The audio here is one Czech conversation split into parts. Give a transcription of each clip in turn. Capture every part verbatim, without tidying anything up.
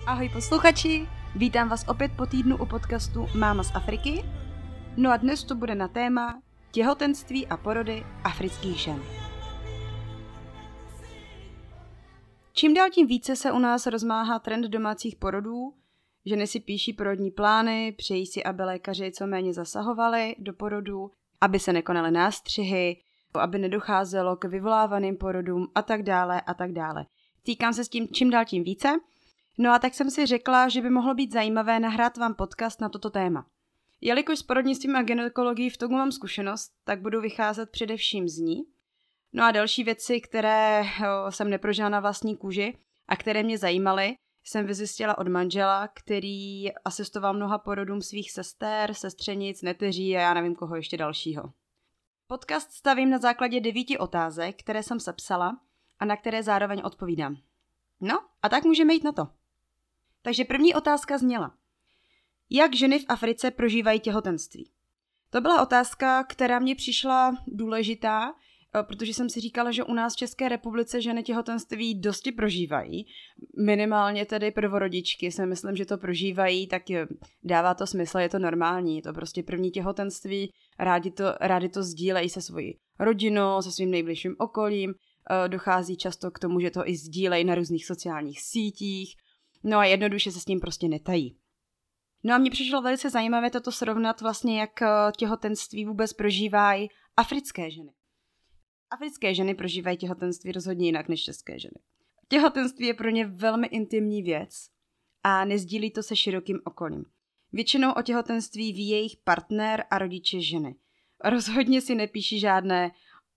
Ahoj posluchači, vítám vás opět po týdnu u podcastu Máma z Afriky. No a dnes to bude na téma těhotenství a porody afrických žen. Čím dál tím více se u nás rozmáhá trend domácích porodů. Ženy si píší porodní plány, přejí si, aby lékaři co méně zasahovali do porodu, aby se nekonaly nástřihy, aby nedocházelo k vyvolávaným porodům a tak dále a tak dále. Týkám se s tím čím dál tím více. No a tak jsem si řekla, že by mohlo být zajímavé nahrát vám podcast na toto téma. Jelikož s porodnictvím a gynekologií v Togu mám zkušenost, tak budu vycházet především z ní. No a další věci, které jsem neprožila na vlastní kůži a které mě zajímaly, jsem vyzjistila od manžela, který asistoval mnoha porodům svých sester, sestřenic, neteří a já nevím koho ještě dalšího. Podcast stavím na základě devíti otázek, které jsem sepsala a na které zároveň odpovídám. No a tak můžeme jít na to. Takže první otázka zněla: jak ženy v Africe prožívají těhotenství? To byla otázka, která mě přišla důležitá, protože jsem si říkala, že u nás v České republice ženy těhotenství dosti prožívají. Minimálně tedy prvorodičky si myslím, že to prožívají, tak dává to smysl, je to normální. Je to prostě první těhotenství, rádi to, rádi to sdílejí se svojí rodinou, se svým nejbližším okolím. Dochází často k tomu, že to i sdílejí na různých sociálních sítích. No a jednoduše se s tím prostě netají. No a mně přišlo velice zajímavé toto srovnat vlastně, jak těhotenství vůbec prožívají africké ženy. Africké ženy prožívají těhotenství rozhodně jinak než české ženy. Těhotenství je pro ně velmi intimní věc a nezdílí to se širokým okolím. Většinou o těhotenství ví jejich partner a rodiče ženy. Rozhodně si nepíší žádné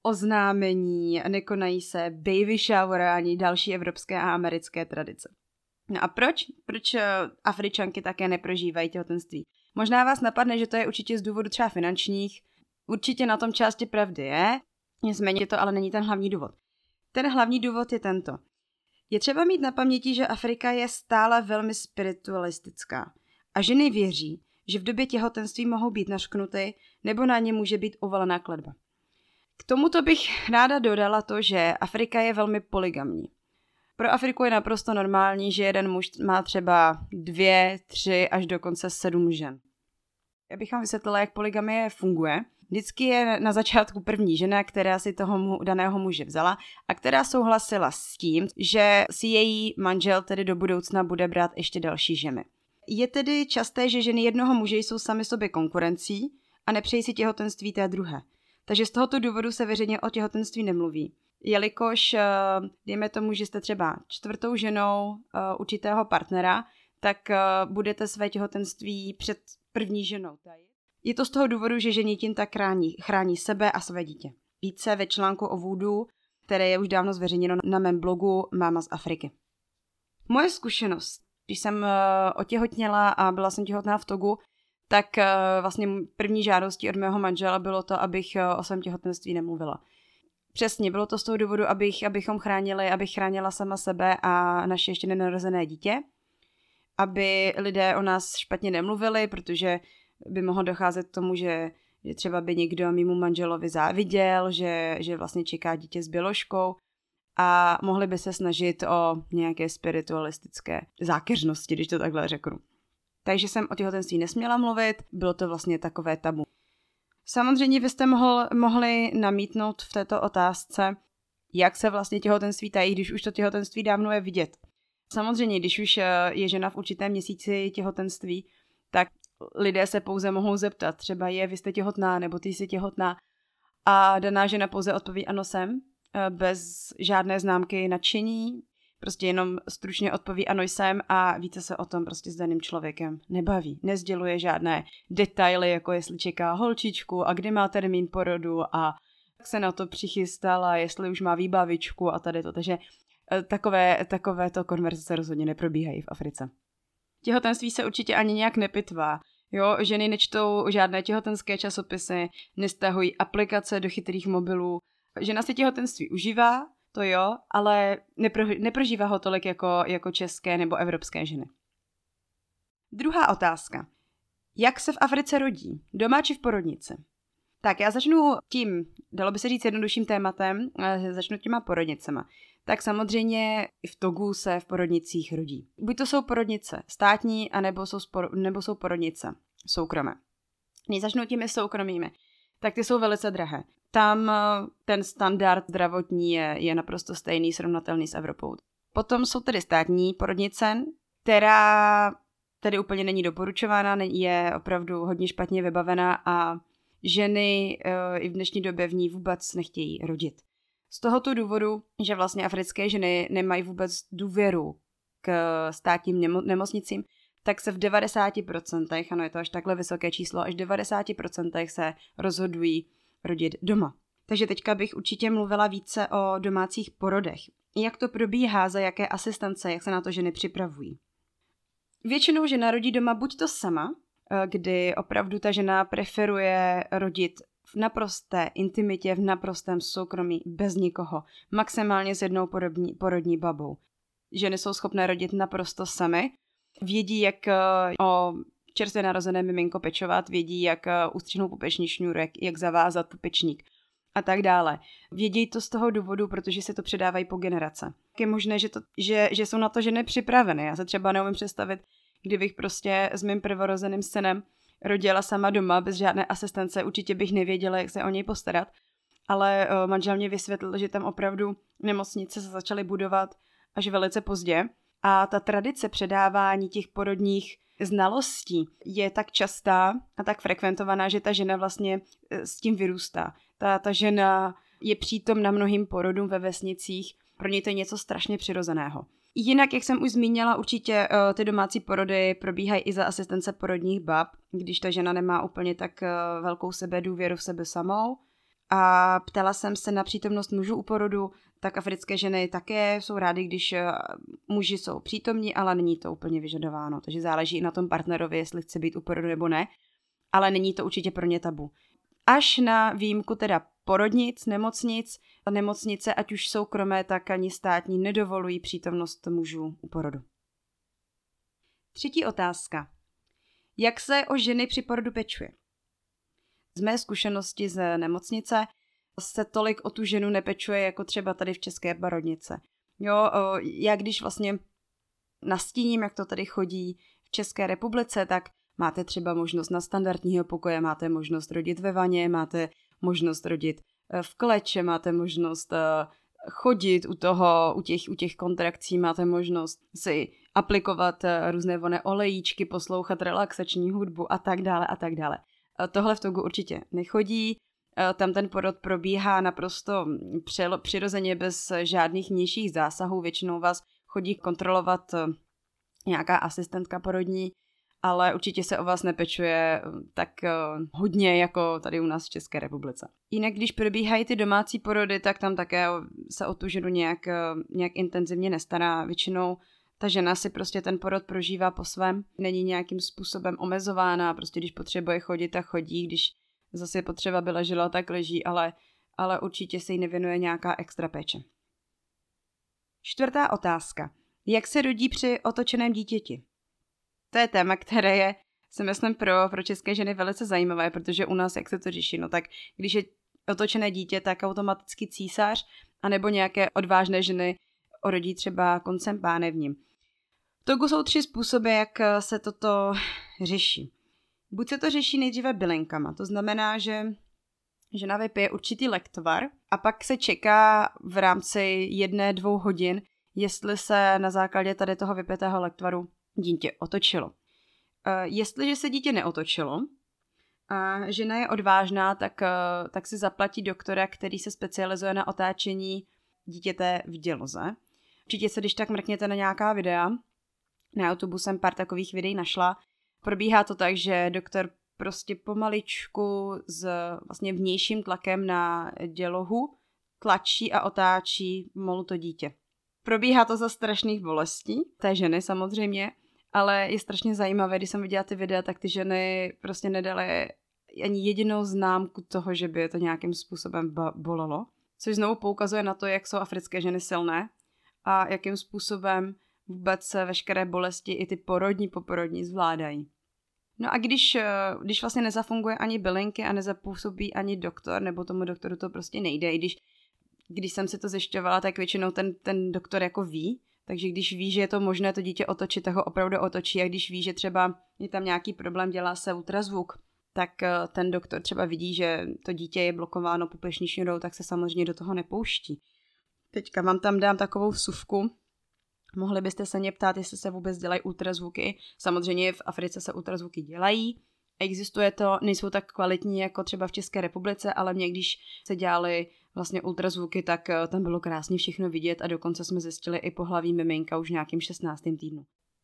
oznámení, nekonají se baby shower ani další evropské a americké tradice. No a proč? Proč Afričanky také neprožívají těhotenství? Možná vás napadne, že to je určitě z důvodu třeba finančních. Určitě na tom části pravdy je, nicméně to ale není ten hlavní důvod. Ten hlavní důvod je tento. Je třeba mít na paměti, že Afrika je stále velmi spiritualistická a ženy věří, že v době těhotenství mohou být nařknuty nebo na ně může být uvalená kletba. K tomuto bych ráda dodala to, že Afrika je velmi polygamní. Pro Afriku je naprosto normální, že jeden muž má třeba dvě, tři až dokonce sedm žen. Já bych vám vysvětlila, jak polygamie funguje. Vždycky je na začátku první žena, která si toho daného muže vzala a která souhlasila s tím, že si její manžel tedy do budoucna bude brát ještě další ženy. Je tedy časté, že ženy jednoho muže jsou sami sobě konkurencí a nepřejí si těhotenství té druhé. Takže z tohoto důvodu se veřejně o těhotenství nemluví. Jelikož, dejme tomu, že jste třeba čtvrtou ženou určitého partnera, tak budete své těhotenství před první ženou tajit. Je to z toho důvodu, že ženy tím tak chrání, chrání sebe a své dítě. Více ve článku o voodu, které je už dávno zveřejněno na mém blogu Máma z Afriky. Moje zkušenost, když jsem otěhotněla a byla jsem těhotná v Togu, tak vlastně první žádostí od mého manžela bylo to, abych o svém těhotenství nemluvila. Přesně, bylo to z toho důvodu, abych, abychom chránili, abych chránila sama sebe a naše ještě nenarozené dítě, aby lidé o nás špatně nemluvili, protože by mohlo docházet k tomu, že, že třeba by někdo mému manželovi záviděl, že, že vlastně čeká dítě s běložkou a mohli by se snažit o nějaké spiritualistické zákeřnosti, když to takhle řeknu. Takže jsem o těhotenství nesměla mluvit, bylo to vlastně takové tabu. Samozřejmě byste mohl, mohli namítnout v této otázce, jak se vlastně těhotenství tají, když už to těhotenství dávno je vidět. Samozřejmě, když už je žena v určitém měsíci těhotenství, tak lidé se pouze mohou zeptat, třeba je, vy jste těhotná, nebo ty jsi těhotná. A daná žena pouze odpoví ano jsem, bez žádné známky nadšení, prostě jenom stručně odpoví ano jsem a více se o tom prostě s daným člověkem nebaví. Nezděluje žádné detaily, jako jestli čeká holčičku a kdy má termín porodu a jak se na to přichystala, jestli už má výbavičku a tady to. Takže takové, takovéto konverzace rozhodně neprobíhají v Africe. Těhotenství se určitě ani nějak nepitvá. Jo, ženy nečtou žádné těhotenské časopisy, nestahují aplikace do chytrých mobilů. Žena si těhotenství užívá, to jo, ale nepro, neprožívá ho tolik jako, jako české nebo evropské ženy. Druhá otázka. Jak se v Africe rodí? Doma či v porodnici? Tak já začnu tím, dalo by se říct jednodušším tématem, začnu těma porodnicema. tak samozřejmě i v Togu se v porodnicích rodí. Buď to jsou porodnice státní, anebo jsou, spor, nebo jsou porodnice soukromé. Když začnu těmi soukromými, tak ty jsou velice drahé. Tam ten standard zdravotní je, je naprosto stejný, srovnatelný s Evropou. Potom jsou tedy státní porodnice, která tedy úplně není doporučována, je opravdu hodně špatně vybavená a ženy e, i v dnešní době v ní vůbec nechtějí rodit. Z tohoto důvodu, že vlastně africké ženy nemají vůbec důvěru k státním nemo- nemocnicím, tak se v devadesáti procentech, ano je to až takhle vysoké číslo, až v devadesáti procentech se rozhodují rodit doma. Takže teďka bych určitě mluvila více o domácích porodech. Jak to probíhá, za jaké asistence, jak se na to ženy připravují. Většinou žena rodí doma buď to sama, kdy opravdu ta žena preferuje rodit v naprosté intimitě, v naprostém soukromí, bez nikoho, maximálně s jednou porodní, porodní babou. Ženy jsou schopné rodit naprosto samy, vědí, jak o čerstvě narozené miminko pečovat, vědí, jak ustřihnout pupeční šňůrek, jak zavázat pupečník a tak dále. Vědí to z toho důvodu, protože se to předávají po generace. Je možné, že, to, že, že jsou na to ženy připraveny. Já se třeba neumím představit, kdybych prostě s mým prvorozeným synem rodila sama doma, bez žádné asistence, určitě bych nevěděla, jak se o něj postarat, ale uh, manžel mě vysvětlil, že tam opravdu nemocnice se začaly budovat až velice pozdě a ta tradice předávání těch porodních znalostí je tak častá a tak frekventovaná, že ta žena vlastně s tím vyrůstá. Ta, ta žena je přítomna mnohým porodům ve vesnicích, pro něj to je něco strašně přirozeného. Jinak, jak jsem už zmínila, určitě uh, ty domácí porody probíhají i za asistence porodních bab, když ta žena nemá úplně tak uh, velkou sebedůvěru v sebe samou. A ptala jsem se na přítomnost mužů u porodu, tak africké ženy také jsou rády, když uh, muži jsou přítomní, ale není to úplně vyžadováno. Takže záleží i na tom partnerovi, jestli chce být u porodu nebo ne, ale není to určitě pro ně tabu. Až na výjimku teda porodnic, nemocnic, nemocnice, ať už soukromé, tak ani státní, nedovolují přítomnost mužů u porodu. Třetí otázka. Jak se o ženy při porodu pečuje? Z mé zkušenosti z nemocnice se tolik o tu ženu nepečuje, jako třeba tady v české porodnice. Jo, já když vlastně nastíním, jak to tady chodí v České republice, tak máte třeba možnost na standardního pokoje, máte možnost rodit ve vaně, máte možnost rodit v kleče, máte možnost chodit u toho, u těch, u těch kontrakcí, máte možnost si aplikovat různé vonné olejíčky, poslouchat relaxační hudbu a tak dále a tak dále. Tohle v Togu určitě nechodí, tam ten porod probíhá naprosto přirozeně bez žádných vnějších zásahů, většinou vás chodí kontrolovat nějaká asistentka porodní, ale určitě se o vás nepečuje tak hodně jako tady u nás v České republice. Jinak, když probíhají ty domácí porody, tak tam také se o tu ženu nějak, nějak intenzivně nestará. Většinou ta žena si prostě ten porod prožívá po svém, není nějakým způsobem omezována, prostě když potřebuje chodit, tak chodí, když zase je potřeba by ležela, tak leží, ale, ale určitě se jí nevěnuje nějaká extra péče. Čtvrtá otázka. Jak se rodí při otočeném dítěti? To je téma, které je, si myslím, pro, pro české ženy velice zajímavé, protože u nás, jak se to řeší, no tak když je otočené dítě, tak automaticky císař, anebo nějaké odvážné ženy orodí třeba koncem pánevním. V Togu jsou tři způsoby, jak se toto řeší. Buď se to řeší nejdříve bylinkama, to znamená, že žena vypije určitý lektvar a pak se čeká v rámci jedné, dvou hodin, jestli se na základě tady toho vypitého lektvaru dítě otočilo. Jestliže se dítě neotočilo a žena je odvážná, tak, tak si zaplatí doktora, který se specializuje na otáčení dítěte v děloze. Určitě se když tak mrkněte na nějaká videa. Na YouTube jsem pár takových videí našla. Probíhá to tak, že doktor prostě pomaličku s vlastně vnějším tlakem na dělohu tlačí a otáčí pomalu to dítě. Probíhá to za strašných bolestí, té ženy samozřejmě, ale je strašně zajímavé, když jsem viděla ty videa, tak ty ženy prostě nedaly ani jedinou známku toho, že by to nějakým způsobem bolelo. Což znovu poukazuje na to, jak jsou africké ženy silné a jakým způsobem vůbec se veškeré bolesti i ty porodní, poporodní zvládají. No a když, když vlastně nezafunguje ani bylinky a nezapůsobí ani doktor, nebo tomu doktoru to prostě nejde, i když když jsem si to zjišťovala, tak většinou ten, ten doktor jako ví, takže když ví, že je to možné to dítě otočit, tak ho opravdu otočí, a když ví, že třeba je tam nějaký problém, dělá se ultrazvuk, tak ten doktor třeba vidí, že to dítě je blokováno pupeční šňůrou, tak se samozřejmě do toho nepouští. Teďka vám tam dám takovou vsuvku. Mohli byste se mě ptát, jestli se vůbec dělají ultrazvuky. Samozřejmě v Africe se ultrazvuky dělají. Existuje to, nejsou tak kvalitní jako třeba v České republice, ale mě, když se dělaly vlastně ultrazvuky, tak tam bylo krásně všechno vidět a dokonce jsme zjistili i pohlaví miminka už v nějakým šestnáctém týdnu.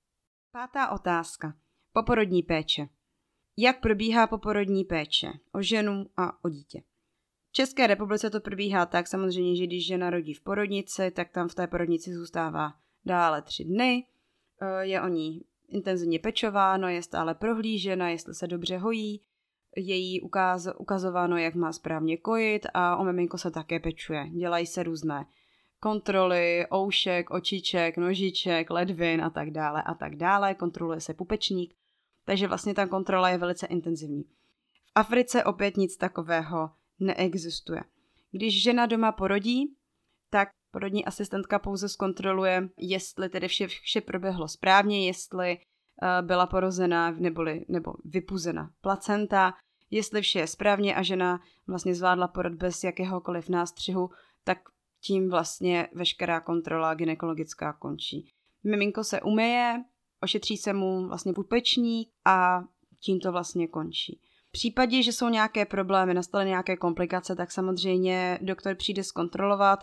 Pátá otázka. Poporodní péče. Jak probíhá poporodní péče o ženu a o dítě? V České republice to probíhá tak samozřejmě, že když žena rodí v porodnici, tak tam v té porodnici zůstává dále tři dny, je o ní intenzivně pečováno, je stále prohlížena, jestli se dobře hojí, je jí ukaz, ukazováno, jak má správně kojit, a o miminko se také pečuje. Dělají se různé kontroly, oušek, očiček, nožiček, ledvin a tak dále a tak dále, kontroluje se pupečník, takže vlastně ta kontrola je velice intenzivní. V Africe opět nic takového neexistuje. Když žena doma porodí, tak porodní asistentka pouze zkontroluje, jestli tedy vše, vše proběhlo správně, jestli uh, byla porozená neboli, nebo vypuzena placenta, jestli vše je správně a žena vlastně zvládla porod bez jakéhokoliv nástřihu, tak tím vlastně veškerá kontrola gynekologická končí. Miminko se umyje, ošetří se mu vlastně pupečník a tím to vlastně končí. V případě, že jsou nějaké problémy, nastaly nějaké komplikace, tak samozřejmě doktor přijde zkontrolovat,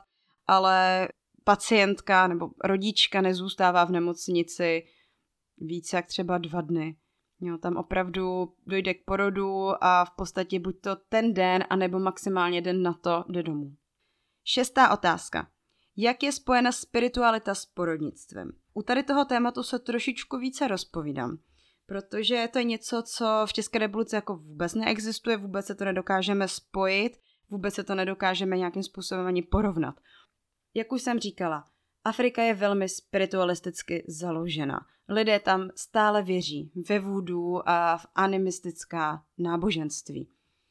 ale pacientka nebo rodička nezůstává v nemocnici více jak třeba dva dny. Jo, tam opravdu dojde k porodu a v podstatě buď to ten den, anebo maximálně den na to jde domů. Šestá otázka. Jak je spojena spiritualita s porodnictvem? U tady toho tématu se trošičku více rozpovídám, protože to je něco, co v České republice jako vůbec neexistuje, vůbec se to nedokážeme spojit, vůbec se to nedokážeme nějakým způsobem ani porovnat. Jak už jsem říkala, Afrika je velmi spiritualisticky založena. Lidé tam stále věří ve vúdu a v animistická náboženství.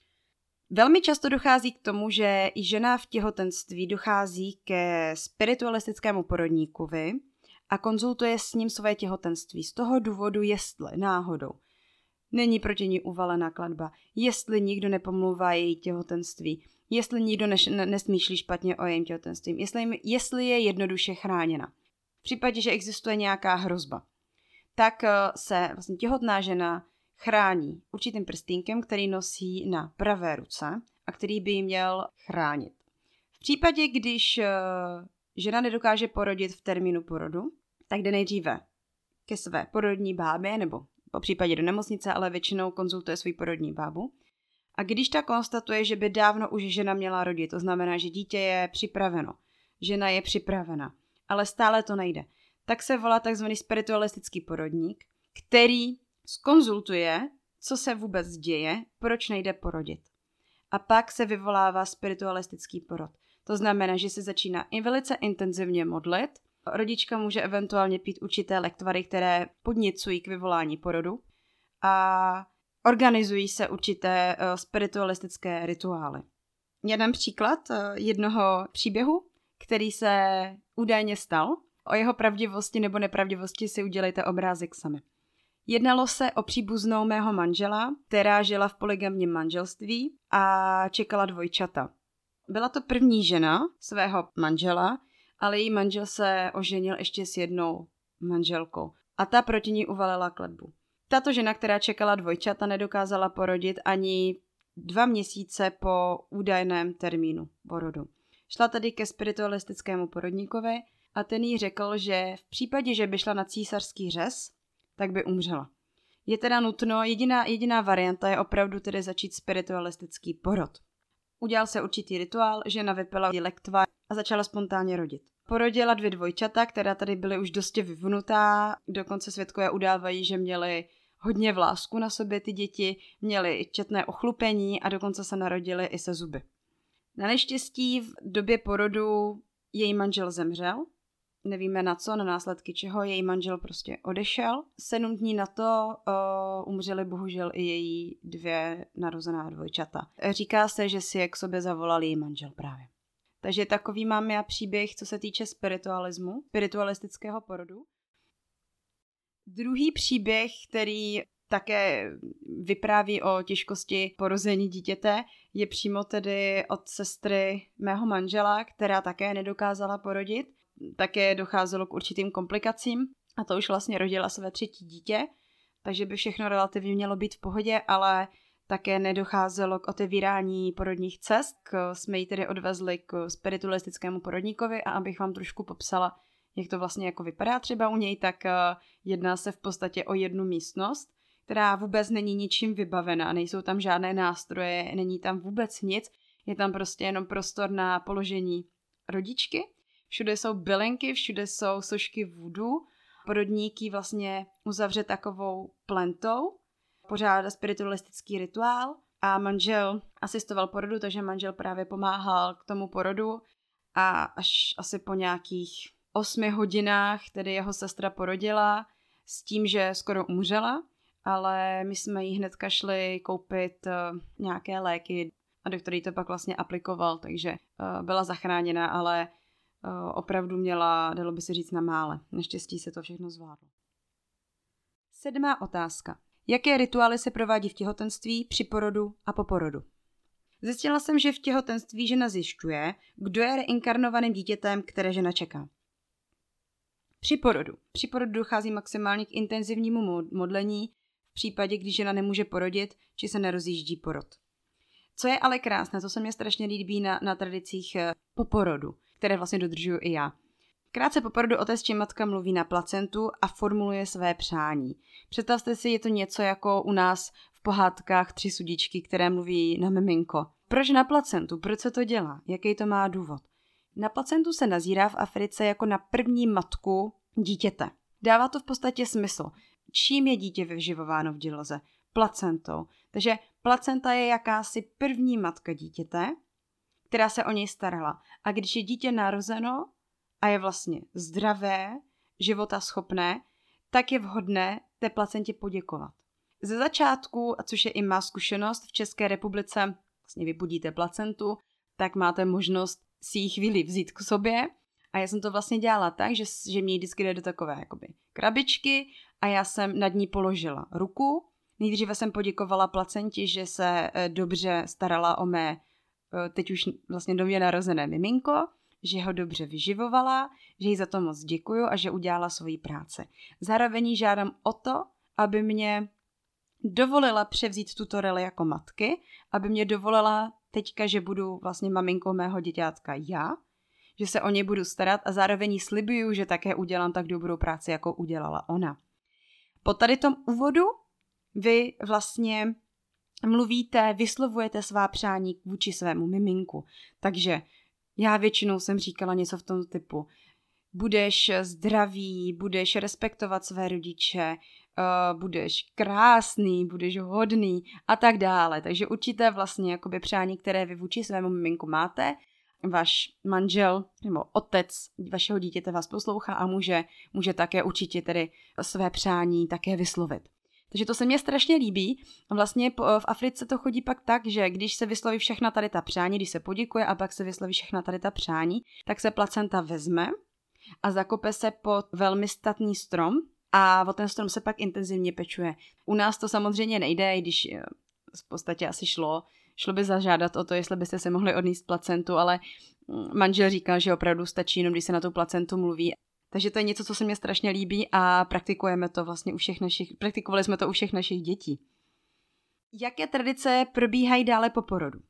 Velmi často dochází k tomu, že i žena v těhotenství dochází ke spiritualistickému porodníkovi a konzultuje s ním své těhotenství z toho důvodu, jestli náhodou není proti ní uvalená klatba, jestli nikdo nepomlouvá její těhotenství, jestli nikdo neš- nesmýšlí špatně o jejím těhotenství, jestli, jestli je jednoduše chráněna. V případě, že existuje nějaká hrozba, tak se vlastně těhotná žena chrání určitým prstýnkem, který nosí na pravé ruce a který by ji měl chránit. V případě, když žena nedokáže porodit v termínu porodu, tak jde nejdříve ke své porodní bábě, nebo po případě do nemocnice, ale většinou konzultuje svou porodní bábu. A když ta konstatuje, že by dávno už žena měla rodit, to znamená, že dítě je připraveno, žena je připravena, ale stále to nejde, tak se volá takzvaný spiritualistický porodník, který zkonzultuje, co se vůbec děje, proč nejde porodit. A pak se vyvolává spiritualistický porod. To znamená, že se začíná i velice intenzivně modlit. Rodička může eventuálně pít určité lektvary, které podněcují k vyvolání porodu. A organizují se určité uh, spiritualistické rituály. Já dám příklad uh, jednoho příběhu, který se údajně stal. O jeho pravdivosti nebo nepravdivosti si udělejte obrázek sami. Jednalo se o příbuznou mého manžela, která žila v polygamním manželství a čekala dvojčata. Byla to první žena svého manžela, ale její manžel se oženil ještě s jednou manželkou a ta proti ní uvalila kletbu. Tato žena, která čekala dvojčata, nedokázala porodit ani dva měsíce po údajném termínu porodu. Šla tedy ke spiritualistickému porodníkovi a ten jí řekl, že v případě, že by šla na císařský řez, tak by umřela. Je teda nutno, jediná, jediná varianta je opravdu tedy začít spiritualistický porod. Udělal se určitý rituál, žena vypila lektvar a začala spontánně rodit. Porodila dvě dvojčata, která tady byly už dosti vyvnutá, dokonce svědkové udávají, že měly hodně vlásku na sobě ty děti, měly četné ochlupení a dokonce se narodily i se zuby. Na neštěstí v době porodu její manžel zemřel, nevíme na co, na následky čeho, její manžel prostě odešel. Sedm dní na to uh, umřely bohužel i její dvě narozená dvojčata. Říká se, že si je k sobě zavolal její manžel právě. Takže takový mám já příběh, co se týče spiritualismu, spiritualistického porodu. Druhý příběh, který také vypráví o těžkosti porození dítěte, je přímo tedy od sestry mého manžela, která také nedokázala porodit. Také docházelo k určitým komplikacím a to už vlastně rodila své třetí dítě, takže by všechno relativně mělo být v pohodě, ale také nedocházelo k otevírání porodních cest. Jsme ji tedy odvezli k spiritualistickému porodníkovi a abych vám trošku popsala, jak to vlastně jako vypadá třeba u něj, tak jedná se v podstatě o jednu místnost, která vůbec není ničím vybavená, nejsou tam žádné nástroje, není tam vůbec nic, je tam prostě jenom prostor na položení rodičky. Všude jsou bylinky, všude jsou sošky vůdu, porodník ji vlastně uzavře takovou plentou, pořádá spiritualistický rituál a manžel asistoval porodu, takže manžel právě pomáhal k tomu porodu a až asi po nějakých osmi hodinách tedy jeho sestra porodila s tím, že skoro umřela, ale my jsme jí hnedka šli koupit uh, nějaké léky a doktor jí to pak vlastně aplikoval, takže uh, byla zachráněna, ale uh, opravdu měla, dalo by se říct, na mále. Naštěstí se to všechno zvládlo. Sedmá otázka. Jaké rituály se provádí v těhotenství, při porodu a po porodu? Zjistila jsem, že v těhotenství žena zjišťuje, kdo je reinkarnovaným dítětem, které žena čeká. Při porodu. Při porodu dochází maximálně k intenzivnímu modlení v případě, když žena nemůže porodit, či se nerozjíždí porod. Co je ale krásné, co se mě strašně líbí na, na tradicích po porodu, které vlastně dodržuju i já. Krátce po porodu otec či matka mluví na placentu a formuluje své přání. Představte si, je to něco jako u nás v pohádkách Tři sudičky, které mluví na miminko. Proč na placentu? Proč se to dělá? Jaký to má důvod? Na placentu se nazírá v Africe jako na první matku dítěte. Dává to v podstatě smysl. Čím je dítě vyživováno v děloze? Placentou. Takže placenta je jakási první matka dítěte, která se o něj starala. A když je dítě narozeno a je vlastně zdravé, životaschopné, tak je vhodné té placentě poděkovat. Ze začátku, a což je i má zkušenost, v České republice vlastně vypudíte placentu, tak máte možnost si ji chvíli vzít k sobě. A já jsem to vlastně dělala tak, že, že mě vždycky jde do takové jakoby krabičky a já jsem nad ní položila ruku. Nejdříve jsem poděkovala placenti, že se dobře starala o mé teď už vlastně nově narozené miminko, že ho dobře vyživovala, že jí za to moc děkuju a že udělala svoji práci. Zároveň žádám o to, aby mě dovolila převzít tuto roli jako matky, aby mě dovolila teďka, že budu vlastně maminkou mého děťátka já, že se o ně budu starat a zároveň jí slibuju, že také udělám tak dobrou práci, jako udělala ona. Po tady tom úvodu vy vlastně mluvíte, vyslovujete svá přání vůči svému miminku. Takže já většinou jsem říkala něco v tom typu: budeš zdravý, budeš respektovat své rodiče, uh, budeš krásný, budeš hodný a tak dále. Takže určité vlastně jakoby přání, které vy vůči svému miminku máte. Váš manžel nebo otec vašeho dítěte vás poslouchá a může, může také určitě tedy své přání také vyslovit. Takže to se mně strašně líbí. Vlastně v Africe to chodí pak tak, že když se vysloví všechna tady ta přání, když se poděkuje a pak se vysloví všechna tady ta přání, tak se placenta vezme a zakope se pod velmi statný strom a o ten strom se pak intenzivně pečuje. U nás to samozřejmě nejde, i když v podstatě asi šlo, šlo by zažádat o to, jestli byste se mohli odníst placentu, ale manžel říká, že opravdu stačí jenom, když se na tu placentu mluví. Takže to je něco, co se mně strašně líbí a praktikujeme to vlastně u všech našich, praktikovali jsme to u všech našich dětí. Jaké tradice probíhají dále po porodu?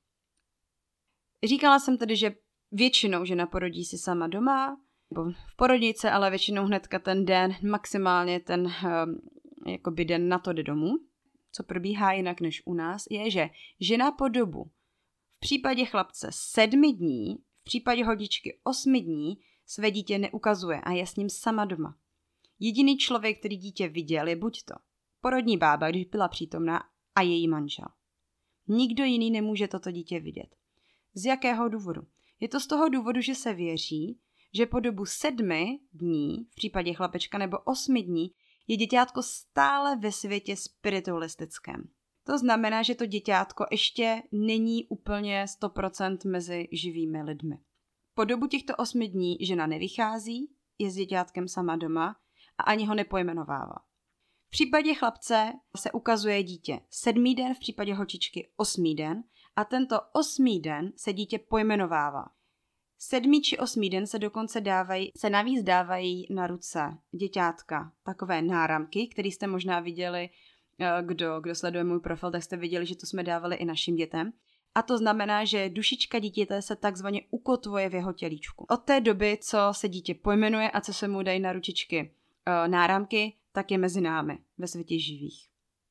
Říkala jsem tedy, že většinou žena porodí si sama doma, nebo v porodnice, ale většinou hnedka ten den, maximálně ten jakoby den na to jde domů. Co probíhá jinak než u nás, je, že žena po dobu v případě chlapce sedmi dní, v případě hodičky osmi dní své dítě neukazuje a je s ním sama doma. Jediný člověk, který dítě viděl, je buď to porodní bába, když byla přítomná, a její manžel. Nikdo jiný nemůže toto dítě vidět. Z jakého důvodu? Je to z toho důvodu, že se věří, že po dobu sedmi dní, v případě chlapečka, nebo osmi dní, je děťátko stále ve světě spiritualistickém. To znamená, že to děťátko ještě není úplně sto procent mezi živými lidmi. Po dobu těchto osmi dní žena nevychází, je s děťátkem sama doma a ani ho nepojmenovává. V případě chlapce se ukazuje dítě sedmý den, v případě holčičky osmý den a tento osmý den se dítě pojmenovává. Sedmý či osmý den se dokonce dávají, se navíc dávají na ruce děťátka takové náramky, které jste možná viděli, kdo, kdo sleduje můj profil, tak jste viděli, že to jsme dávali i našim dětem. A to znamená, že dušička dítěte se takzvaně ukotvuje v jeho tělíčku. Od té doby, co se dítě pojmenuje a co se mu dají na ručičky e, náramky, tak je mezi námi ve světě živých.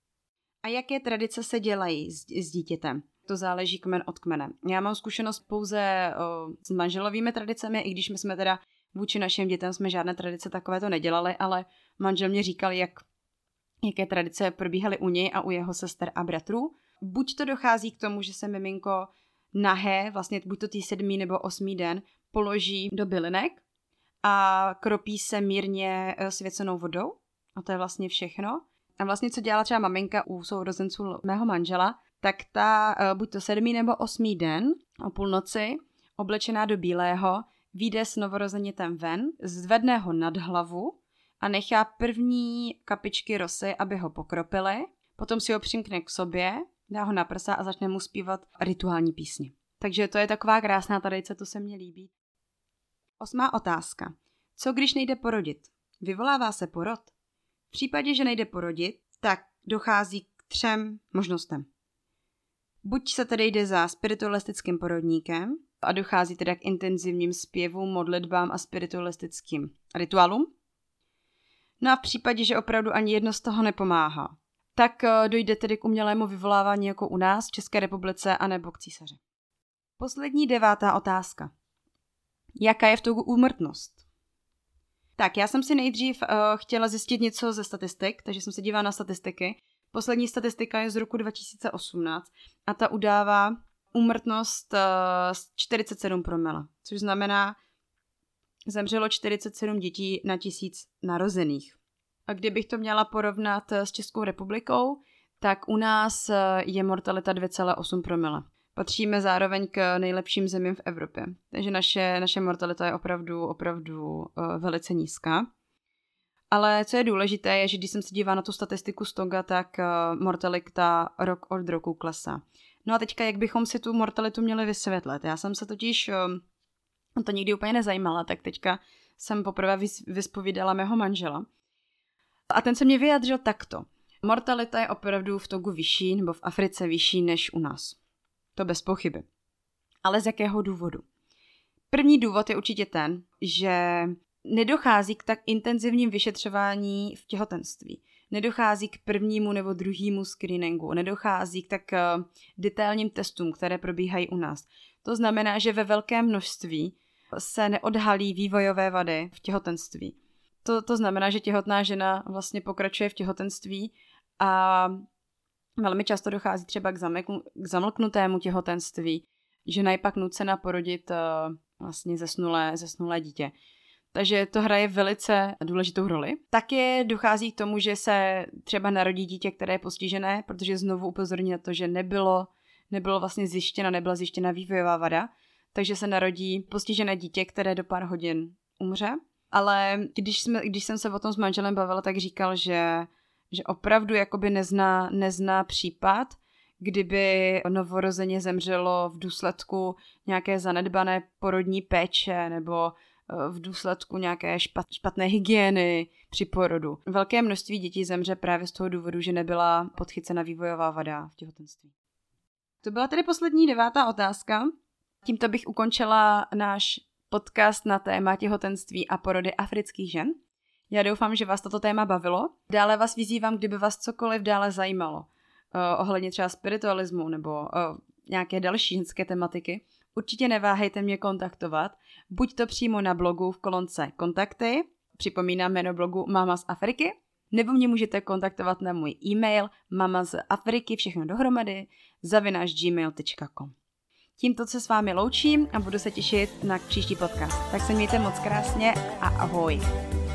A jaké tradice se dělají s, s dítětem? To záleží kmen od kmene. Já mám zkušenost pouze o, s manželovými tradicemi, i když my jsme teda vůči našim dětem jsme žádné tradice takovéto nedělali, ale manžel mě říkal, jak, jaké tradice probíhaly u něj a u jeho sester a bratrů. Buď to dochází k tomu, že se miminko nahé, vlastně buď to tý sedmý nebo osmý den, položí do bylinek a kropí se mírně svěcenou vodou. A to je vlastně všechno. A vlastně co dělala třeba maminka u sourozenců mého manžela, tak ta buď to sedmý nebo osmý den o půlnoci, oblečená do bílého, vyjde s novorozenětem ven, zvedne ho nad hlavu a nechá první kapičky rosy, aby ho pokropily, potom si ho přimkne k sobě, dá ho na prsa a začne mu zpívat rituální písně. Takže to je taková krásná tradice, to se mně líbí. Osmá otázka. Co když nejde porodit? Vyvolává se porod? V případě, že nejde porodit, tak dochází k třem možnostem. Buď se tedy jde za spiritualistickým porodníkem a dochází teda k intenzivním zpěvům, modlitbám a spiritualistickým rituálům. No a v případě, že opravdu ani jedno z toho nepomáhá, tak dojde tedy k umělému vyvolávání jako u nás v České republice anebo k císaře. Poslední devátá otázka. Jaká je v touhu úmrtnost? Tak, já jsem si nejdřív uh, chtěla zjistit něco ze statistik, takže jsem se dívala na statistiky. Poslední statistika je z roku dva tisíce osmnáct a ta udává úmrtnost uh, čtyřicet sedm promile, což znamená, zemřelo čtyřicet sedm dětí na tisíc narozených. A kdybych to měla porovnat s Českou republikou, tak u nás je mortalita dvě celá osm promile. Patříme zároveň k nejlepším zemím v Evropě. Takže naše, naše mortalita je opravdu, opravdu uh, velice nízká. Ale co je důležité, je, že když jsem se dívala na tu statistiku z Toga, tak uh, mortalita rok od roku klesá. No a teďka, jak bychom si tu mortalitu měli vysvětlit? Já jsem se totiž, uh, to nikdy úplně nezajímala, tak teďka jsem poprvé vys- vyspovídala mého manžela. A ten se mě vyjádřil takto. Mortalita je opravdu v Togu vyšší, nebo v Africe vyšší než u nás. To bez pochyby. Ale z jakého důvodu? První důvod je určitě ten, že nedochází k tak intenzivním vyšetřování v těhotenství. Nedochází k prvnímu nebo druhému screeningu. Nedochází k tak uh, detailním testům, které probíhají u nás. To znamená, že ve velkém množství se neodhalí vývojové vady v těhotenství. To, to znamená, že těhotná žena vlastně pokračuje v těhotenství a velmi často dochází třeba k, zameknu, k zamlknutému těhotenství. Žena je pak nucena porodit uh, vlastně zesnulé, zesnulé dítě. Takže to hraje velice důležitou roli. Také dochází k tomu, že se třeba narodí dítě, které je postižené, protože znovu upozorní na to, že nebylo, nebylo vlastně zjištěna, nebyla zjištěna vývojová vada, takže se narodí postižené dítě, které do pár hodin umře. Ale když, jsme, když jsem se o tom s manželem bavila, tak říkal, že, že opravdu jakoby nezná, nezná případ, kdyby novorozeně zemřelo v důsledku nějaké zanedbané porodní péče nebo v důsledku nějaké špat, špatné hygieny při porodu. Velké množství dětí zemře právě z toho důvodu, že nebyla podchycena vývojová vada v těhotenství. To byla tedy poslední devátá otázka. Tímto bych ukončila náš podcast na téma těhotenství a porody afrických žen. Já doufám, že vás toto téma bavilo. Dále vás vyzývám, kdyby vás cokoliv dále zajímalo, uh, ohledně třeba spiritualismu nebo uh, nějaké další ženské tematiky, určitě neváhejte mě kontaktovat, buď to přímo na blogu v kolonce Kontakty, připomínám jméno blogu Mama z Afriky, nebo mě můžete kontaktovat na můj e-mail mama z Afriky, všechno dohromady, zavináč gmail tečka com. Tímto se s vámi loučím a budu se těšit na příští podcast. Tak se mějte moc krásně a ahoj.